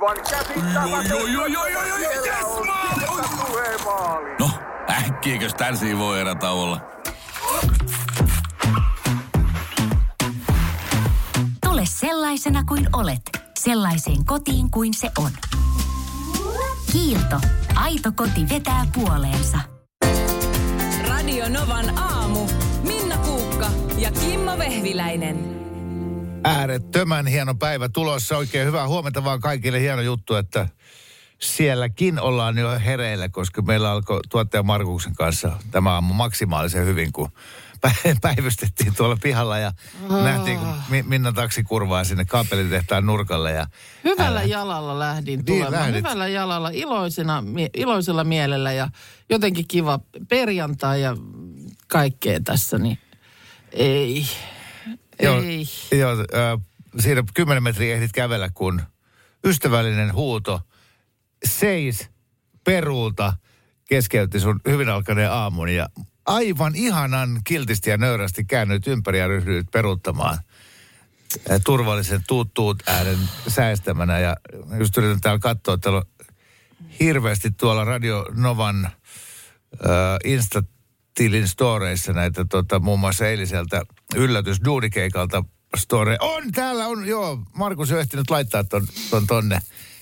Aivan käsittämätöntä. No, äkkiäkös tän voi erätä olla? Tule sellaisena kuin olet, sellaiseen kotiin kuin se on. Kiilto. Aito koti vetää puoleensa. Radio Novan aamu. Minna Kuukka ja Kimmo Vehviläinen. Äärettömän hieno päivä tulossa. Oikein hyvää huomenta vaan kaikille. Hieno juttu, että sielläkin ollaan jo hereillä, koska meillä alkoi tuottaja Markuksen kanssa tämä aamu maksimaalisen hyvin, kun päivystettiin tuolla pihalla ja nähtiin, kun Minna taksi kurvaa sinne kaapelitehtaan nurkalle. Ja hyvällä jalalla lähdin tulemaan. Niin, hyvällä jalalla, iloisella mielellä ja jotenkin kiva perjantai ja kaikkea tässä, niin ei. Joo, siinä 10 metriä ehdit kävellä, kun ystävällinen huuto seis peruulta keskeytti sun hyvin alkaneen aamun ja aivan ihanan kiltisti ja nöyrästi käännyit ympäri ja ryhdyit peruuttamaan turvallisen tuut äänen säestämänä. Ja just yritän täällä katsoa, että on hirveästi tuolla Radio Novan Insta-tilin storeissa näitä muun muassa eiliseltä yllätysduunikeikalta storeja. Täällä on, joo, Markus on ehtinyt laittaa ton tonne.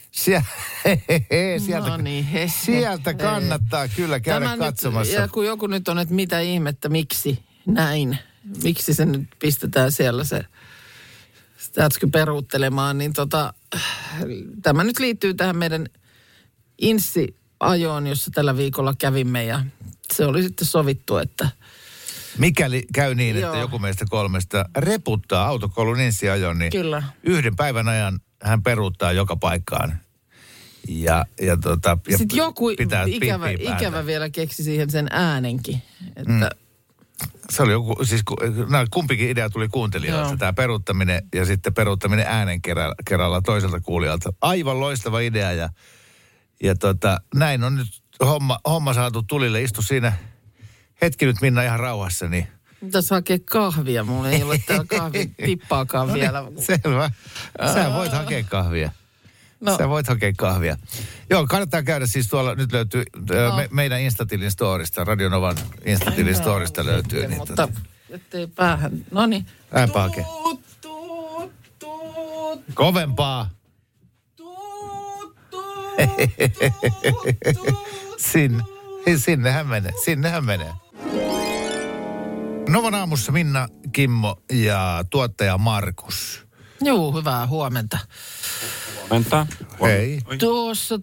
Sieltä kannattaa kyllä käydä katsomassa. Ja kun joku nyt on, että mitä ihmettä, miksi näin? Miksi se nyt pistetään siellä se ätsky peruuttelemaan, niin tämä nyt liittyy tähän meidän Inssi-ajoon, jossa tällä viikolla kävimme ja se oli sitten sovittu, että mikäli käy niin, että joku meistä kolmesta reputtaa autokoulun Inssi-ajon, niin kyllä. Yhden päivän ajan hän peruuttaa joka paikkaan. Ja sitten joku ikävä vielä keksi siihen sen äänenkin. Että se oli joku, siis kumpikin idea tuli kuuntelijoilta, tämä peruuttaminen ja sitten peruuttaminen äänen kerralla toiselta kuulijalta. Aivan loistava idea ja näin on nyt homma saatu tulille. Istu siinä hetki nyt Minna ihan rauhassa, niin tässä hakee kahvia. Mulla ei ole täällä kahvitippaakaan vielä. Selvä. Sä voit hakea kahvia. No. Sä voit hakea kahvia. Joo, kannattaa käydä siis tuolla, nyt löytyy meidän Instatilin storista, Radio Novan Instatilin storista löytyy. Niin, mutta ettei päähän, noniin. Äänpä hakee. Kovempaa. Sinnehän menee. Novan aamussa Minna, Kimmo ja tuottaja Markus. Joo, hyvää huomenta. Huomenta. Hei. Tuossa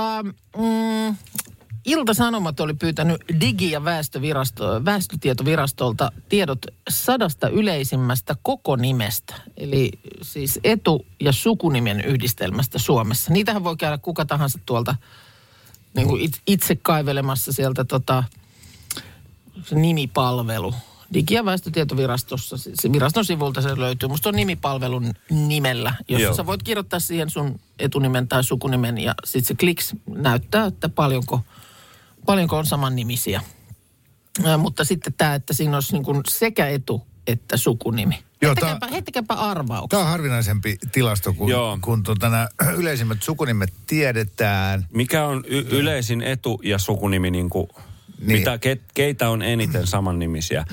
Ilta-Sanomat oli pyytänyt Digi- ja väestötietovirastolta tiedot 100 yleisimmästä koko nimestä. Eli siis etu- ja sukunimen yhdistelmästä Suomessa. Niitähän voi käydä kuka tahansa tuolta niin kuin itse kaivelemassa sieltä se nimipalvelu. Digi- ja väestötietovirastossa, se viraston sivulta se löytyy. Musta on nimipalvelun nimellä, jossa sä voit kirjoittaa siihen sun etunimen tai sukunimen ja sitten se kliks näyttää, että paljonko on samannimisiä. Mutta sitten tämä, että siinä olisi niin kuin sekä etu että sukunimi. Heittäkääpä arvauksia. Tämä on harvinaisempi tilasto, kun nämä yleisimmät sukunimet tiedetään. Mikä on yleisin etu ja sukunimi niin kuin niin. Keitä on eniten samannimisiä?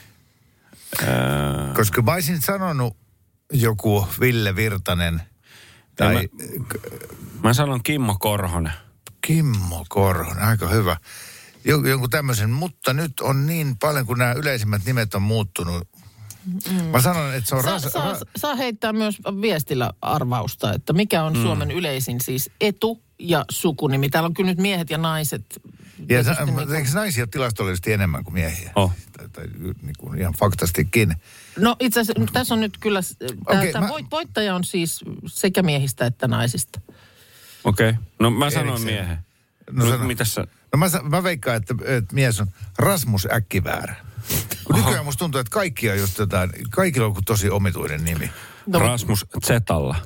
Koska mä olisin sanonut joku Ville Virtanen. Tai mä sanon Kimmo Korhonen. Kimmo Korhonen, aika hyvä. Jonkun tämmöisen, mutta nyt on niin paljon, kun nämä yleisimmät nimet on muuttunut. Mä sanon, että se on saa heittää myös viestillä arvausta, että mikä on Suomen yleisin siis etu ja sukunimi. Täällä on kyllä nyt miehet ja naiset. Ja eikö naisia tilastollisesti enemmän kuin miehiä? Tai niin kuin ihan faktastikin. No itse asiassa tässä on nyt kyllä, voittaja on siis sekä miehistä että naisista. Okei. No mä sanon miehen. Mitäs sä? No mä veikkaan, että mies on Rasmus Äkkiväärä. Nykyään musta tuntuu, että kaikki on just jotain, kaikilla on tosi omituinen nimi. No, Rasmus Zetalla.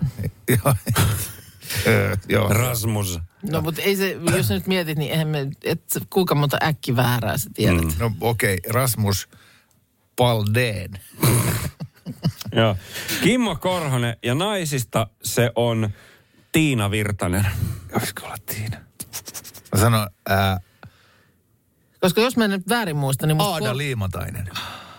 Joo. Rasmus. No mutta ei se, jos nyt mietit, niin eihän kuinka monta Äkkiväärää sä tiedät. No okei, Rasmus Paldeen. Joo. Kimmo Korhonen ja naisista se on Tiina Virtanen. Olisiko olla Tiina? Mä sanon, Koska jos mä en nyt väärin muista, niin... Aada Liimatainen.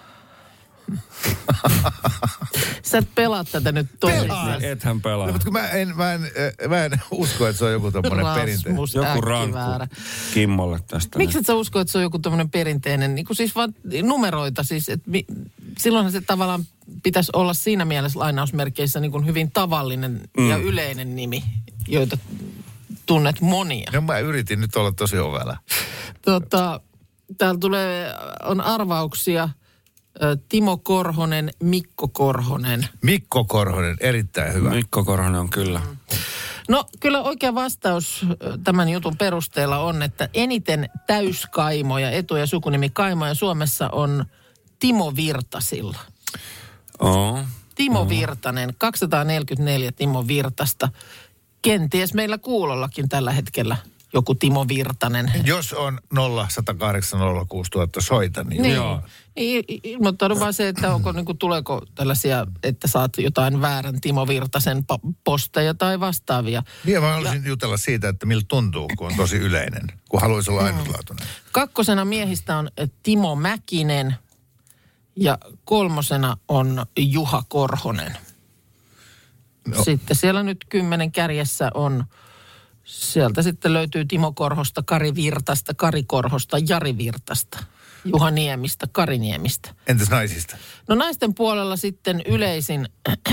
Sä et pelaa tätä nyt Pelaa. Ethän pelaa. No, mutta kun mä en usko, että se on joku tommonen perinteinen. Joku rankku Kimmolle tästä. Miksi et sä usko, että se on joku tommonen perinteinen, niin kuin siis vaan numeroita siis, että silloinhan se tavallaan pitäisi olla siinä mielessä lainausmerkeissä niin kuin hyvin tavallinen ja yleinen nimi, joita tunnet monia. No mä yritin nyt olla tosi ovela. Täällä on arvauksia. Timo Korhonen, Mikko Korhonen. Mikko Korhonen, erittäin hyvä. Mikko Korhonen on kyllä. No kyllä oikea vastaus tämän jutun perusteella on, että eniten täyskaimoja, etu- ja sukunimi kaimoja Suomessa on Timo Virtasilla. Timo Virtanen, 244 Timo Virtasta. Kenties meillä kuulollakin tällä hetkellä joku Timo Virtanen. Jos on 0806000 soita, niin joo. Ilmoittanut vaan se, että tuleeko tällaisia, että saat jotain väärän Timo Virtasen posteja tai vastaavia. Niin, mä haluaisin jutella siitä, että miltä tuntuu, kun on tosi yleinen, kun haluaisi olla ainutlaatuinen. 2. miehistä on Timo Mäkinen ja 3. on Juha Korhonen. No. Sitten siellä nyt 10 kärjessä on, sieltä sitten löytyy Timo Korhosta, Kari Virtasta, Kari Korhosta, Jari Virtasta, Juha Niemistä, Kari Niemistä. Entäs naisista? No naisten puolella sitten yleisin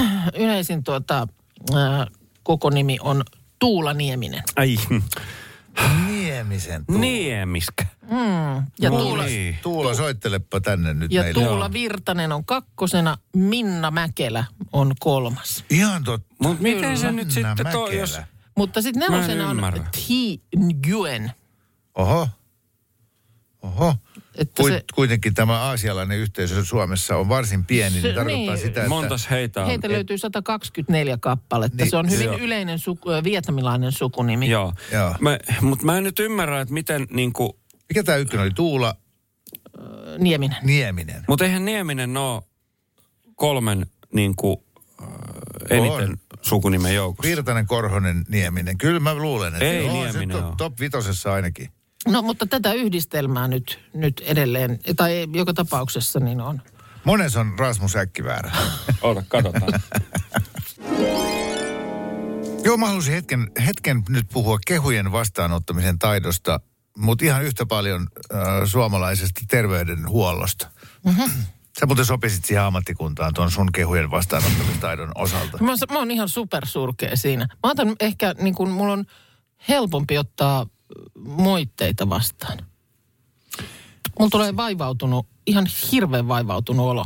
koko nimi on Tuula Nieminen. Ai. Niemisen Tuula. Niemiskä. Ja Tuula, soittelepa tänne nyt ja meille. Tuula Virtanen on 2, Minna Mäkelä on 3. Ihan totta. Mutta miten se nyt sitten jos... Mutta sitten 4 on Thi Nguyen. Oho. Kuitenkin tämä aasialainen yhteisö Suomessa on varsin pieni, niin tarkoittaa sitä, että... Montas heitä on? Heitä löytyy 124 kappaletta. Niin, se on hyvin yleinen vietnamilainen sukunimi. Joo. Mutta mä en nyt ymmärrä, että miten niinku... Mikä tämä ykkönen oli? Tuula? Nieminen. Mutta eihän Nieminen ole 3 niinku eniten sukunimen joukossa. Virtanen, Korhonen, Nieminen. Kyllä mä luulen, että... Ei Nieminen ole. Top 5 ainakin. No, mutta tätä yhdistelmää nyt edelleen, tai joka tapauksessa niin on. Mones on Rasmus Äkkiväärä. Ota, katsotaan. Joo, mä halusin hetken nyt puhua kehujen vastaanottamisen taidosta, mutta ihan yhtä paljon suomalaisesta terveydenhuollosta. Mm-hmm. Sä muuten sopisit siihen ammattikuntaan tuon sun kehujen vastaanottamistaidon osalta. Mä oon ihan supersurkea siinä. Mä otan ehkä, niin kun mulla on helpompi ottaa moitteita vastaan. Mulla tulee ihan hirveän vaivautunut olo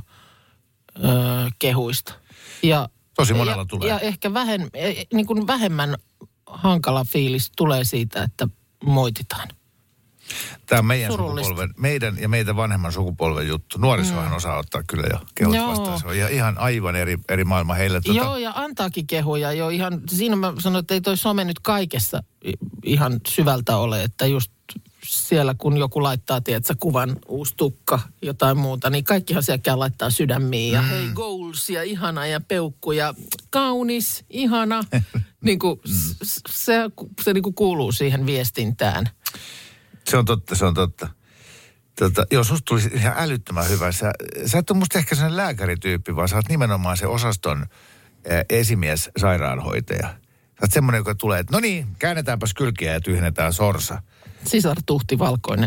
kehuista. Tosi monella tulee. Ja ehkä vähemmän hankala fiilis tulee siitä, että moititaan. Tämä on meidän ja meitä vanhemman sukupolven juttu. Nuorisohan osaa ottaa kyllä jo kehut vastaan. Se on ihan aivan eri maailma heille. Joo, ja antaakin kehuja jo ihan. Siinä mä sanoin, että ei toi some nyt kaikessa ihan syvältä ole, että just siellä kun joku laittaa, tiedätkö, kuvan, uusi tukka, jotain muuta, niin kaikkihan sielläkään laittaa sydämiin ja hei goals ja ihana ja peukku ja kaunis, ihana. Niin kuin, se niin kuin kuuluu siihen viestintään. Se on totta. Joo, susta tulisi ihan älyttömän hyvä. Sä et ole musta ehkä sellainen lääkärityyppi, vaan sä oot nimenomaan se osaston esimies sairaanhoitaja. Sä oot semmoinen, joka tulee, että no niin, käännetäänpäs kylkiä ja tyhjennetään sorsa. Sisartuhti valkoinen.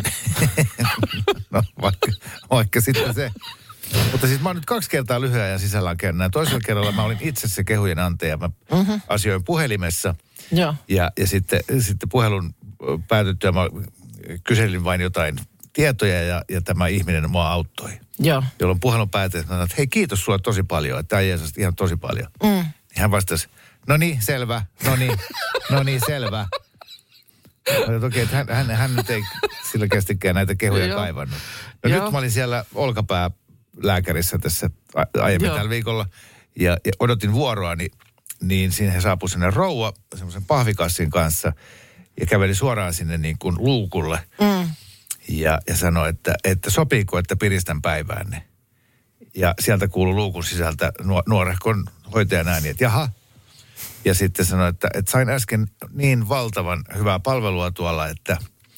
No vaikka sitten se. Mutta siis mä oon nyt 2 kertaa lyhyen ajan sisällä näin. Toisella kerralla mä olin itse se kehujen antaja. Mä asioin puhelimessa. Joo. Ja sitten puhelun päätyttyä mä kyselin vain jotain tietoja ja tämä ihminen mua auttoi. Joo. Jolloin puhelun päätin, että hei kiitos sulle tosi paljon, että jeesasti ihan tosi paljon. Hän vastasi, no niin, selvä, selvä. Toki, että hän nyt ei selkeästikään näitä kehuja kaivannut. No nyt mä olin siellä olkapää-lääkärissä tässä aiemmin tällä viikolla ja odotin vuoroani, niin siihen saapui sinne rouva semmoisen pahvikassin kanssa ja käveli suoraan sinne niin kuin luukulle. Ja sanoi, että sopiiko, että piristän päiväänne. Ja sieltä kuului luukun sisältä nuorehkon hoitajan ääni, että jaha. Ja sitten sanoi, että sain äsken niin valtavan hyvää palvelua tuolla, että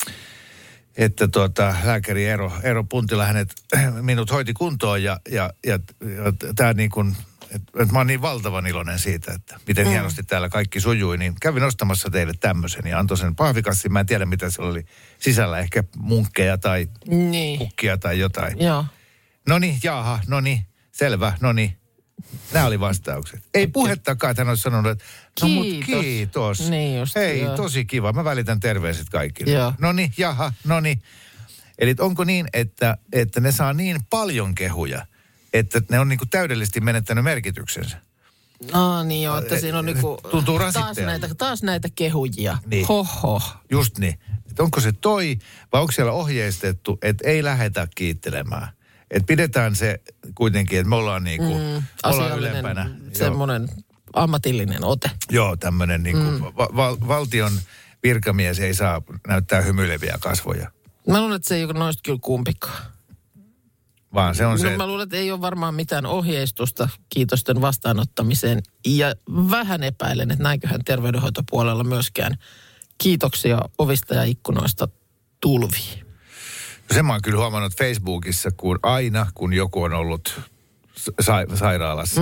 lääkäri Eero Puntila minut hoiti kuntoon ja tämä niin kuin, että mä oon niin valtavan iloinen siitä, että miten hienosti täällä kaikki sujui, niin kävin ostamassa teille tämmöisen ja antoi sen pahvikassin. Mä en tiedä, mitä siellä oli sisällä, ehkä munkkeja tai kukkia tai jotain. Joo. Noniin, jaha, noniin, selvä, noniin. Nämä oli vastaukset. Ei puhettakaan, että hän olisi sanonut, että no mut kiitos. Niin just, hei, joo. Tosi kiva, mä välitän terveiset kaikille. Joo. Noniin, jaha, noniin. Eli onko niin, että ne saa niin paljon kehuja, että ne on niinku täydellisesti menettänyt merkityksensä? Niin joo, että siinä on niinku tuntuu taas näitä kehujia. Niin. Hoho. Just niin. Että onko se toi, vai onko siellä ohjeistettu, että ei lähetä kiittelemään? Että pidetään se kuitenkin, että me ollaan niinku, ollaan ylempänä. Semmoinen ammatillinen ote. Joo, tämmöinen niinku, valtion virkamies ei saa näyttää hymyileviä kasvoja. Mä luulen, että se ei ole noista kyllä kumpikaan. Vaan se on se. Mä luulen, että ei ole varmaan mitään ohjeistusta kiitosten vastaanottamiseen. Ja vähän epäilen, että näinköhän terveydenhoitopuolella myöskään kiitoksia ovista ja ikkunoista tulvii. Sen mä oon kyllä huomannut Facebookissa, kun joku on ollut sairaalassa.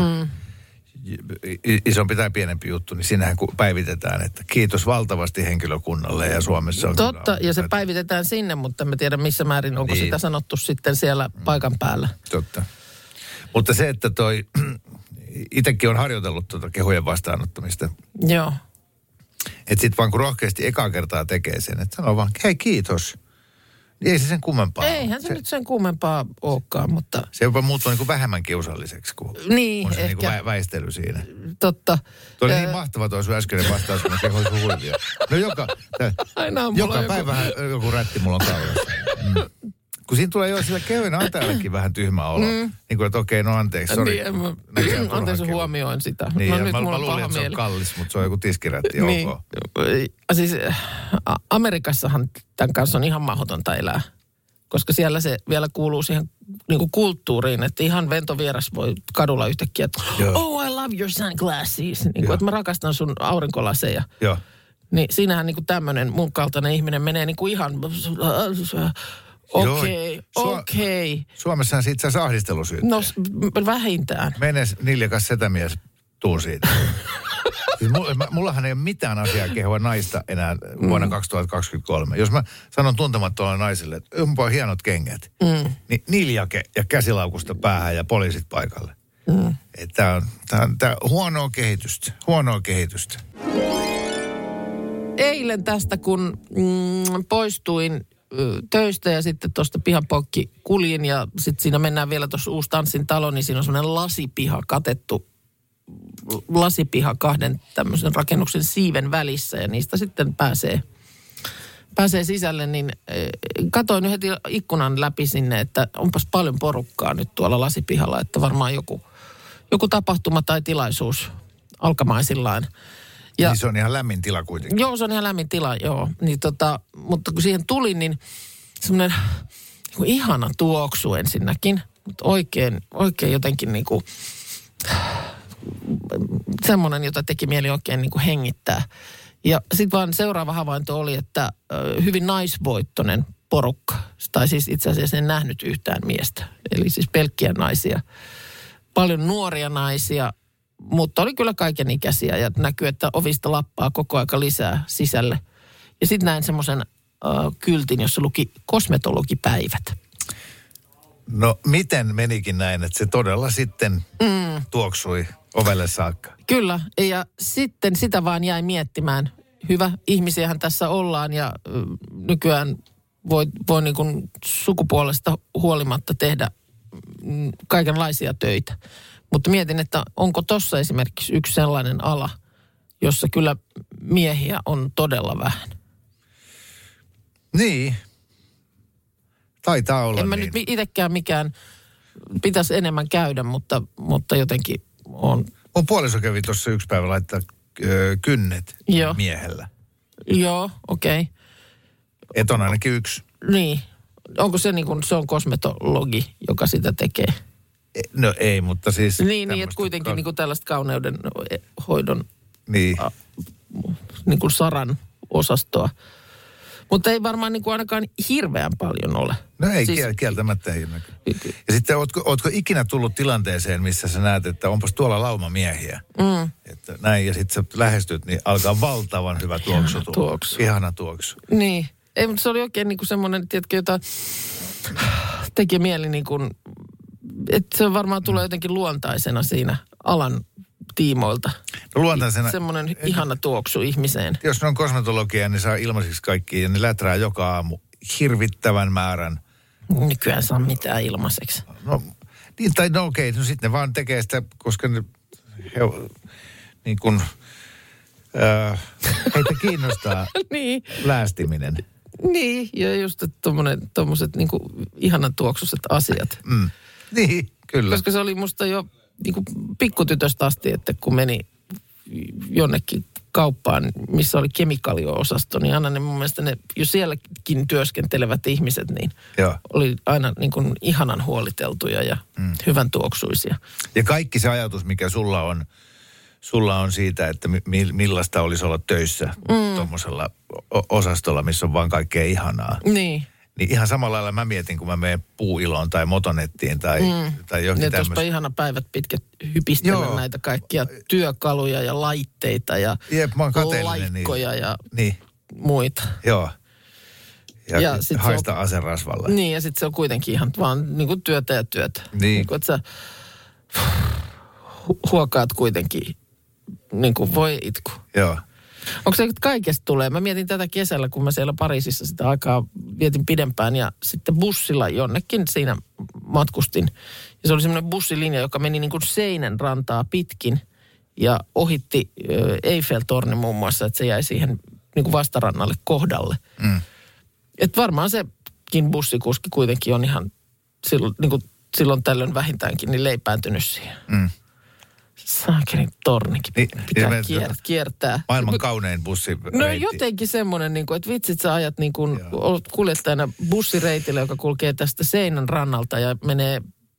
Isompi tai pienempi juttu, niin siinähän päivitetään, että kiitos valtavasti henkilökunnalle ja Suomessa on... Totta, ja se päivitetään sinne, mutta en tiedä missä määrin, onko sitä sanottu sitten siellä paikan päällä. Totta. Mutta se, että itsekin on harjoitellut kehujen vastaanottamista. Joo. Että sit vaan kun rohkeasti ekaa kertaa tekee sen, että sanoo vaan, hei kiitos. Ei se sen kummempaa. Eihän se nyt sen kummempaa olekaan, mutta... Se jopa muuttuu niin kuin vähemmän kiusalliseksi, kun niin, on se ehkä. niin kuin väistely siinä. Totta. Tuo oli niin mahtava tuo sun äskeinen vastaus, kun mä kehoin sun huivia. No joka päivähän joku rätti mulla on kaulassa. Kun siinä tulee jo sillä kehojen antajallekin vähän tyhmä olo. Niin kuin, että okei, no anteeksi, sori. Niin, anteeksi, huomioin sitä. Niin, no ja nyt mä mulla on luulin, paha että se on mieli. kallis, mutta se on joku tiskirätti, niin. ok. Siis Amerikassahan tämän kanssa on ihan mahdotonta elää. Koska siellä se vielä kuuluu siihen niin kuin kulttuuriin, että ihan ventovieras voi kadulla yhtäkkiä, että oh, I love your sunglasses. Niin kuin, että mä rakastan sun aurinkolaseja. Joo. Niin siinähän niin kuin tämmöinen mun kaltainen ihminen menee niin kuin ihan okei. Suomessahan siitä saa sahdistelusyyttä. No vähintään. Mene niljakas setämies, tuun siitä. Siis mullahan ei ole mitään asiaa kehua naista enää vuonna 2023. Jos mä sanon tuntemattomalle naiselle, että onpa hienot kengät, niin niljake ja käsilaukusta päähän ja poliisit paikalle. Tämä on huonoa kehitystä. Eilen tästä, kun poistuin töistä ja sitten tuosta pihan poikki kuljin ja sitten siinä mennään vielä tuossa uusi Tanssin talo, niin siinä on semmoinen lasipiha katettu. Lasipiha kahden tämmöisen rakennuksen siiven välissä ja niistä sitten pääsee sisälle, niin katoin heti ikkunan läpi sinne, että onpas paljon porukkaa nyt tuolla lasipihalla, että varmaan joku tapahtuma tai tilaisuus alkamaisillaan. Ja, niin se on ihan lämmin tila kuitenkin. Joo, se on ihan lämmin tila, joo. Niin mutta kun siihen tulin, niin semmoinen niin ihana tuoksu ensinnäkin, mutta oikein jotenkin niin kuin semmoinen, jota teki mieli oikein niin kuin hengittää. Ja sitten vaan seuraava havainto oli, että hyvin naisvoittoinen porukka. Tai siis itse asiassa en nähnyt yhtään miestä. Eli siis pelkkiä naisia. Paljon nuoria naisia, mutta oli kyllä kaiken ikäisiä. Ja näkyy, että ovista lappaa koko aika lisää sisälle. Ja sitten näin semmoisen kyltin, jossa luki kosmetologipäivät. No miten menikin näin, että se todella sitten tuoksui ovelle saakka? Kyllä, ja sitten sitä vaan jäi miettimään. Hyvä, ihmisiähän tässä ollaan ja nykyään voi niin kuin sukupuolesta huolimatta tehdä kaikenlaisia töitä. Mutta mietin, että onko tossa esimerkiksi yksi sellainen ala, jossa kyllä miehiä on todella vähän. Niin. Taitaa olla en mä niin. nyt itsekään mikään, pitäisi enemmän käydä, mutta jotenkin on. Mun puoliso kävi tuossa yksi päivä laittaa kynnet miehellä. Joo, okei. Okay. Et on ainakin yksi. Niin. Onko se niin kuin, se on kosmetologi, joka sitä tekee? No ei, mutta siis... Niin että kuitenkin niin kuin tällaista kauneuden hoidon niin kuin saran osastoa. Mutta ei varmaan niin kuin ainakaan hirveän paljon ole. No ei, siis kieltämättä ei. Ja sitten ootko ikinä tullut tilanteeseen, missä sä näet, että onpas tuolla lauma miehiä. Että näin, ja sitten sä lähestyt, niin alkaa valtavan hyvä tuoksu. Ihana tuoksu. Niin. Ei, mutta se oli oikein niin kuin semmoinen, tiedätkö, jota teki mieli niin kuin, että se varmaan tulee jotenkin luontaisena siinä alan tiimoilta. No luontaisena. Semmoinen ihana tuoksu ihmiseen. Jos ne on kosmetologia, niin saa ilmaisiksi kaikki ja ne läträä joka aamu hirvittävän määrän. Nykyään saa mitään ilmaiseksi. No, niin, tai no okei, no sitten ne vaan tekee sitä, koska ne niin kuin, heitä kiinnostaa niin. Läästiminen. Niin, ja just tommoset niin kuin ihanan tuoksuiset asiat. Niin, kyllä. Koska se oli musta jo niin kuin pikkutytöstä asti, että kun meni jonnekin kauppaan, missä oli kemikaalio-osasto, niin aina ne mun mielestä ne jo sielläkin työskentelevät ihmiset, niin oli aina niin kuin ihanan huoliteltuja ja hyvän tuoksuisia. Ja kaikki se ajatus, mikä sulla on siitä, että millaista olisi olla töissä tuommoisella osastolla, missä on vaan kaikkea ihanaa. Niin ihan samalla lailla mä mietin, kun mä menen Puuiloon tai Motonettiin tai johonkin tämmöistä. Tuossa ihana päivät pitkät hypistellä näitä kaikkia työkaluja ja laitteita ja laikkoja ja muita. Joo. Ja haista aserasvalle. Niin, ja sitten se on kuitenkin ihan vaan niin kuin työtä ja työtä. Niin kuin, että sä huokaat kuitenkin niin kuin voi itku. Joo. Onko se, että kaikesta tulee? Mä mietin tätä kesällä, kun mä siellä Pariisissa sitä aikaa vietin pidempään ja sitten bussilla jonnekin siinä matkustin. Ja se oli semmoinen bussilinja, joka meni niin kuin seinän rantaa pitkin ja ohitti Eiffel-torni muun muassa, että se jäi siihen niin kuin vastarannalle kohdalle. Että varmaan sekin bussikuski kuitenkin on ihan silloin tällöin vähintäänkin niin leipääntynyt siihen. Saakelin tornikin pitää kiertää. Maailman kaunein bussireitti. No jotenkin semmoinen, niin kuin, että vitsit sä ajat niin kuin, olet kuljettajana bussireitillä, joka kulkee tästä seinän rannalta ja menee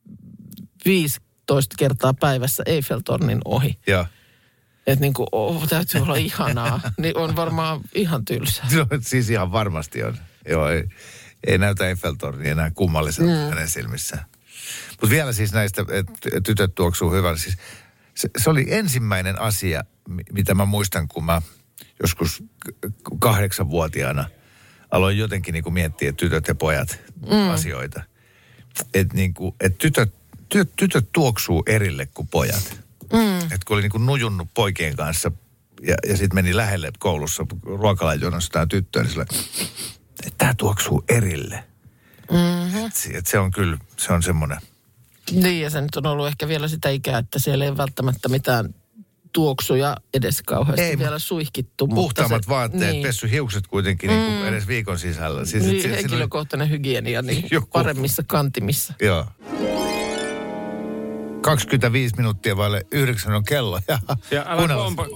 15 kertaa päivässä Eiffel-tornin ohi. Joo. Että niin kuin, täytyy olla ihanaa. Niin on varmaan ihan tylsä. No, siis ihan varmasti on. Joo, ei näytä Eiffel-tornia enää kummalliselta hänen silmissään. Mutta vielä siis näistä, että tytöt tuoksuu hyvän. Siis se oli ensimmäinen asia, mitä mä muistan, kun mä joskus 8-vuotiaana aloin jotenkin niin kuin miettiä tytöt ja pojat asioita. Että niin tytöt tuoksuu erille kuin pojat. Että kun oli niin kuin nujunnut poikien kanssa ja sitten meni lähelle koulussa ruokalajonossa tämä tyttö, niin sillä, että tämä tuoksuu erille. Että se on kyllä, se on semmoinen. Niin, ja se nyt on ollut ehkä vielä sitä ikää, että siellä ei välttämättä mitään tuoksuja edes kauheasti vielä suihkittu. Puhtaammat vaatteet, pessy hiukset kuitenkin niin kuin edes viikon sisällä. Siis, niin, henkilökohtainen hygienia niin paremmissa kantimissa. Joo. 25 minuuttia vaille 9 on kello. Ja älä kompa...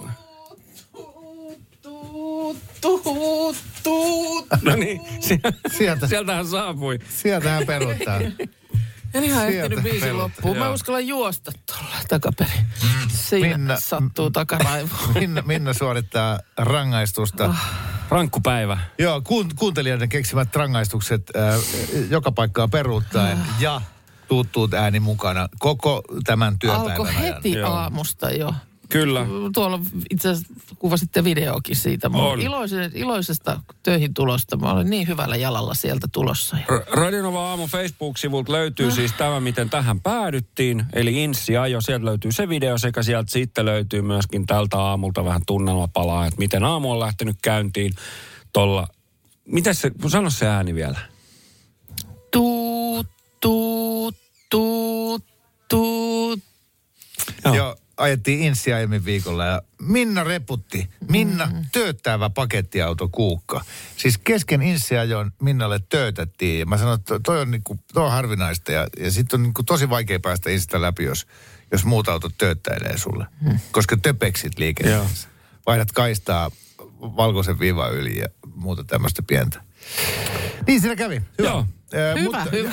No niin, sieltähän saapui. Sieltähän peruuttaa. En ihan ehtinyt biisin loppuun. Mä uskallan juosta tuolla takaperin. Siinä sattuu takaraivoon. Minna suorittaa rangaistusta. Rankkupäivä. Joo, kuuntelijoiden keksimät rangaistukset joka paikkaa peruuttaen ja tuuttuut ääni mukana koko tämän työpäivän alkoi ajan. Heti aamusta jo. Kyllä. Tuolla itse asiassa kuvasitte videokin siitä. Iloisesta töihin tulosta. Mä olen niin hyvällä jalalla sieltä tulossa. Radio Nova Aamu Facebook-sivulta löytyy siis tämä, miten tähän päädyttiin. Eli Inssi-ajo, sieltä löytyy se video sekä sieltä sitten löytyy myöskin tältä aamulta vähän tunnelmapalaa, että miten aamu on lähtenyt käyntiin tolla. Miten se, sano se ääni vielä. Tuut, tuut, tuut, tuut. Joo. Ajettiin Inssi aiemmin viikolla ja Minna reputti. Minna tööttävä pakettiauto Kuukka. Siis kesken Inssi-ajon Minnalle töötättiin. Ja mä sanoin, että toi on harvinaista ja sitten on niinku tosi vaikea päästä Insistä läpi, jos muut autot tööttäilee sulle. Koska töpeksit liikenteessä. Vaihdat kaistaa valkoisen viivan yli ja muuta tämmöistä pientä. Niin siinä kävi. Hyvä. Joo. Hyvä.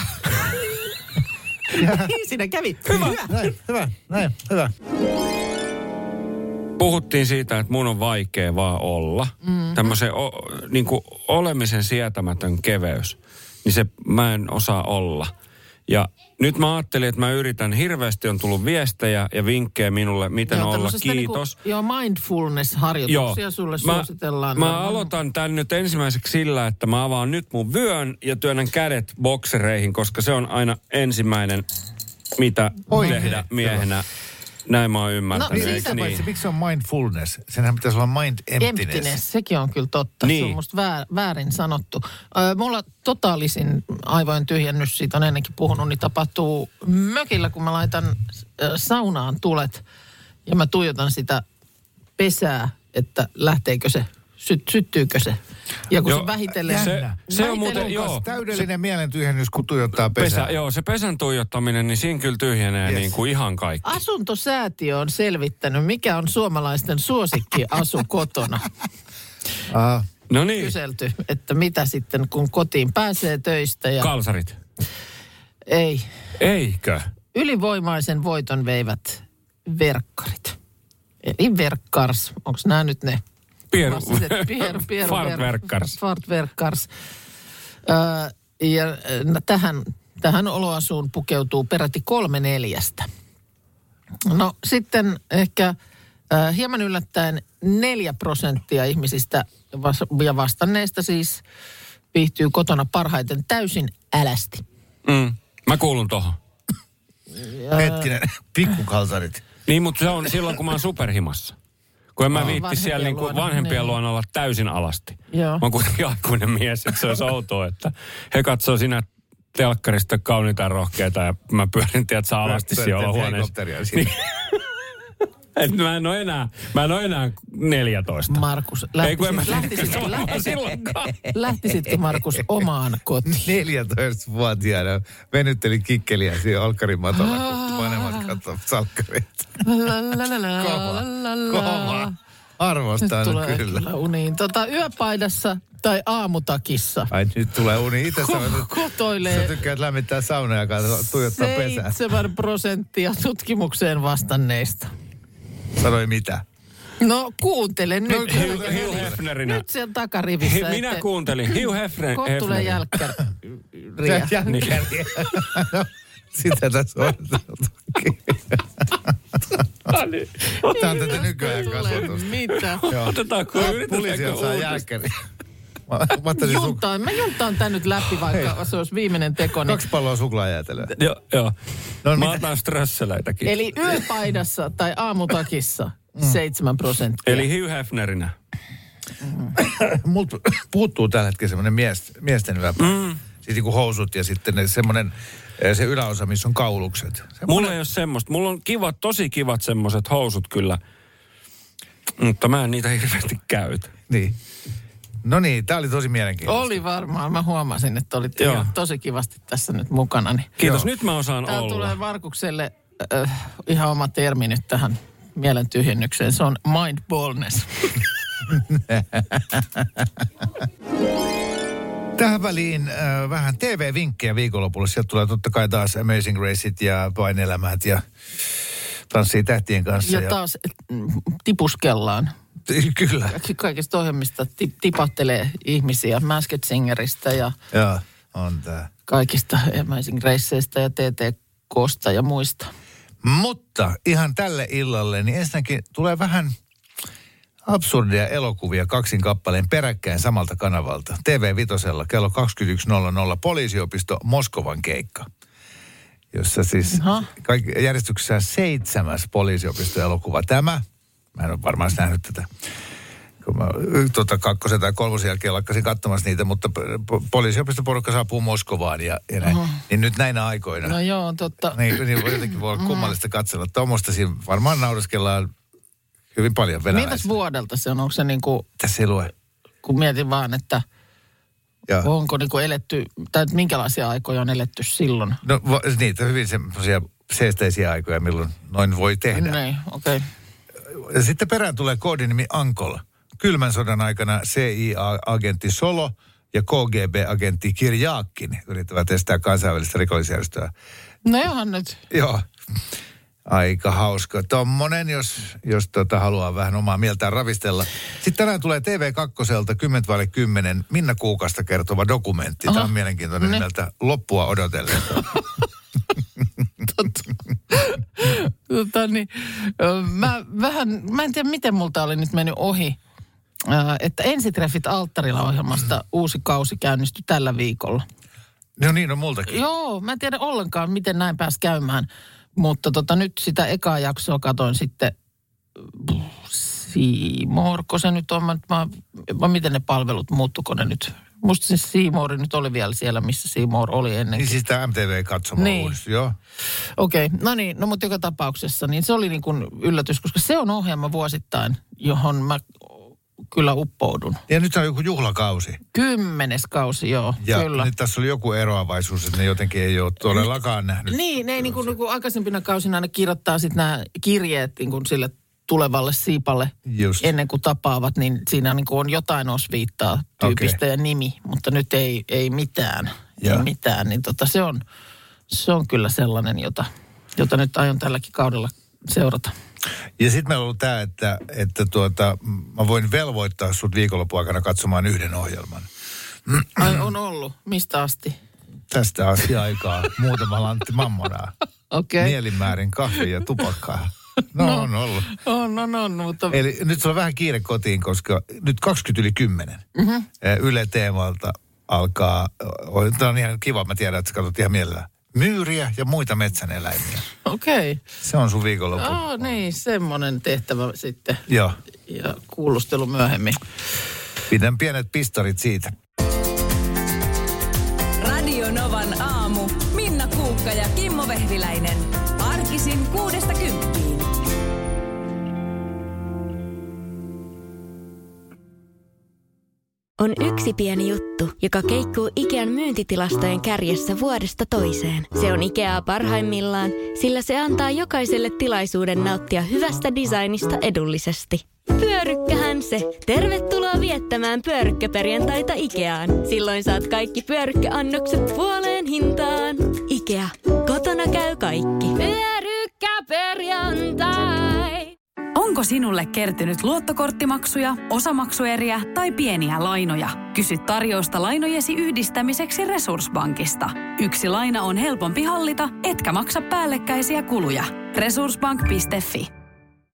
Niin siinä kävi. Hyvä. Hyvä. puhuttiin siitä, että mun on vaikea vaan olla. Tämmöisen niinku olemisen sietämätön keveys. Niin se mä en osaa olla. Ja nyt mä ajattelin, että mä yritän, hirveästi on tullut viestejä ja vinkkejä minulle, miten olla, kiitos. Niinku, mindfulness-harjoituksia sulle suositellaan. Mä aloitan tän nyt ensimmäiseksi sillä, että mä avaan nyt mun vyön ja työnnän kädet boksereihin, koska se on aina ensimmäinen, mitä tehdä miehenä. Näin mä oon ymmärtänyt. No, niin. Miksi se on mindfulness? Senhän pitäisi olla mind emptiness. Sekin on kyllä totta. Niin. Se on musta väärin sanottu. Mulla totaalisin aivojen tyhjennys, siitä on ennenkin puhunut, niin tapahtuu mökillä, kun mä laitan saunaan tulet ja mä tuijotan sitä pesää, että lähteekö se, syttyykö se. Ja kun se vähitellen... Se on muuten, joo. Täydellinen mielen tyhjennys, kun tuijottaa pesää. Joo, se pesän tuijottaminen, niin siinä kyllä tyhjenee niin kuin ihan kaikki. Asuntosäätiö on selvittänyt, mikä on suomalaisten suosikkiasu kotona. No niin. Kyselty, että mitä sitten, kun kotiin pääsee töistä ja... Kalsarit. Ei. Eikö? Ylivoimaisen voiton veivät verkkarit. Eli verkkars. Onko nämä nyt ne... Fartverkkars. Ja tähän oloasuun pukeutuu peräti 3/4. No sitten ehkä hieman yllättäen 4% ihmisistä ja vastanneista siis viihtyy kotona parhaiten täysin älästi. Mä kuulun tohon. Hetkinen, pikkukalsarit. Niin, mutta se on silloin, kun mä oon superhimassa. Kun en mä viitti siellä niin kuin vanhempien luona olla täysin alasti. Joo. Mä oon kuitenkin aikuinen mies, että se olisi outoa, että he katsoo sinä telkkarista kauniita ja rohkeita ja mä pyörin tiedätkö alasti siellä huoneessa. Niin. Mä en ole enää 14. Markus, lähtisitkö Markus omaan kotiin? 14-vuotiaana venyttelin kikkeliä siinä olkkarin matolla, kun vanhemmat katsovat salkkareita. Kova. Arvostan nyt kyllä. Uniin. Yöpaidassa tai aamutakissa. Ai nyt tulee uni. Itse kotoilee. Sä tykkäät lämmittää saunaa ja tuijottaa pesää. 7% tutkimukseen vastanneista. Sanoi mitä? No kuuntele nyt. Hugh Hefnerinä. Nyt siellä takarivissä. Minä kuuntelin. Hugh Hefner. Tulee jälkkäriä. Sitä tässä on. Tämä on tätä nykyään kasvatusta. Mitä? Otetaanko? Poliisi osaa jälkkäriä. Mä juntaan tän nyt läpi, vaikka se olisi viimeinen teko. Niin... 2 palloa suklaajäätelöä. Joo. No, mä otan strösseleitäkin. Eli yöpaidassa tai aamutakissa 7%. Eli Hugh Hefnerinä. Multa puuttuu tällä hetkellä semmoinen miesten yöpaida. Siis niin kuin housut ja sitten semmoinen se yläosa, missä on kaulukset. Mulla ei ole semmoista. Mulla on tosi kivat semmoiset housut kyllä. Mutta mä en niitä hirveästi käytä. Niin. No niin, tää oli tosi mielenkiintoista. Oli varmaan. Mä huomasin, että olit tosi kivasti tässä nyt mukana. Niin. Kiitos, nyt mä osaan olla. Täällä tulee Markukselle ihan oma termi nyt tähän mielen tyhjennykseen. Se on mindfulness. Tähän väliin vähän TV-vinkkejä viikonlopulla. Sieltä tulee totta kai taas Amazing Raceit ja Painelämät ja Tanssii tähtien kanssa. Ja taas tipuskellaan. Kyllä. Kaikista ohjelmista tipattelee ihmisiä Masked Singeristä ja on tää. Kaikista Amazing Raceista ja TTK:sta ja muista. Mutta ihan tälle illalle, niin ensinnäkin tulee vähän absurdia elokuvia 2 kappaleen peräkkäin samalta kanavalta. TV5 kello 21.00 Poliisiopisto Moskovan keikka, jossa siis järjestyksessä 7. poliisiopisto-elokuva. Mä en ole varmaan nähnyt tätä. Kun mä 2. tai 3. jälkeen lakkasin katsomassa niitä, mutta poliisiopistoporukka saapuu Moskovaan ja näin. Niin nyt näinä aikoina. No joo, totta. Niin jotenkin voi olla kummallista katsella. Tuommoista siinä varmaan naureskellaan hyvin paljon venäläisiä. Mitäs vuodelta se on? Onko se niinku... Tässä ei lue. Kun mietin vaan, että onko niinku eletty, tai minkälaisia aikoja on eletty silloin? No niitä hyvin semmoisia seesteisiä aikoja, milloin noin voi tehdä. Niin, okei. Ja sitten perään tulee koodinimi Ankol. Kylmän sodan aikana CIA-agentti Solo ja KGB-agentti Kirjakin yrittävät estää kansainvälistä rikollisjärjestöä. No johan nyt. Joo. Aika hauska. Tommonen, jos haluaa vähän omaa mieltään ravistella. Sitten tänään tulee TV2:10 Minna Kuukasta kertova dokumentti. Tämä on mielenkiintoinen nimeltä Loppua odotellen. Mä en tiedä, miten multa oli nyt mennyt ohi, että Ensitreffit alttarilla -ohjelmasta uusi kausi käynnistyi tällä viikolla. No niin, on multakin. Joo, mä en tiedä ollenkaan, miten näin pääsi käymään. Mutta nyt sitä ekaa jaksoa katoin sitten Siimorko se nyt on, vai miten ne palvelut, muuttuko ne nyt? Musta se Siimori nyt oli vielä siellä, missä Siimor oli ennenkin. Niin siis tämä MTV-katsoma uudistus, joo. Okei, no niin, no mutta joka tapauksessa, niin se oli niin kuin yllätys, koska se on ohjelma vuosittain, johon mä kyllä uppoudun. Ja nyt on joku juhlakausi. 10. kausi, joo, ja kyllä. Nyt tässä oli joku eroavaisuus, että ne jotenkin ei ole todellakaan nähnyt. Niin, ne niin kuin aikaisempina kausina ne kirjoittaa sitten nämä kirjeet niin kuin sille tulevalle siipalle ennen kuin tapaavat, niin siinä niin kuin on jotain osviittaa tyypistä ja nimi, mutta nyt ei mitään. Ei mitään, niin se on kyllä sellainen, jota nyt aion tälläkin kaudella seurata. Ja sitten meillä on ollut tämä, että mä voin velvoittaa sut viikonlopun aikana katsomaan yhden ohjelman. Ai on ollut. Mistä asti? Tästä aikaa muutama lantti mammonaa. Okei. Mielinmäärin kahvia ja tupakkaa. No on ollut. On, mutta... Eli nyt sulla on vähän kiire kotiin, koska nyt 20:10 Yle Teemalta alkaa, tämä on ihan kiva, mä tiedän, että sä katsot ihan mielellään, Myyriä ja muita metsäneläimiä. Okei. Se on sun viikonloppu. Niin, semmoinen tehtävä sitten. Joo. Ja kuulustelu myöhemmin. Pidän pienet pistarit siitä. Radio Novan aamu. Minna Kuukka ja Kimmo Vehviläinen. Arkisin 6–10. On yksi pieni juttu, joka keikkuu Ikean myyntitilastojen kärjessä vuodesta toiseen. Se on Ikeaa parhaimmillaan, sillä se antaa jokaiselle tilaisuuden nauttia hyvästä designista edullisesti. Pyörykkähän se! Tervetuloa viettämään pyörykkäperjantaita Ikeaan. Silloin saat kaikki pyörykkäannokset puoleen hintaan. Ikea. Kotona käy kaikki. Pyörykkäperjantai! Onko sinulle kertynyt luottokorttimaksuja, osamaksueriä tai pieniä lainoja? Kysy tarjousta lainojesi yhdistämiseksi Resurssbankista. Yksi laina on helpompi hallita, etkä maksa päällekkäisiä kuluja. Resurssbank.fi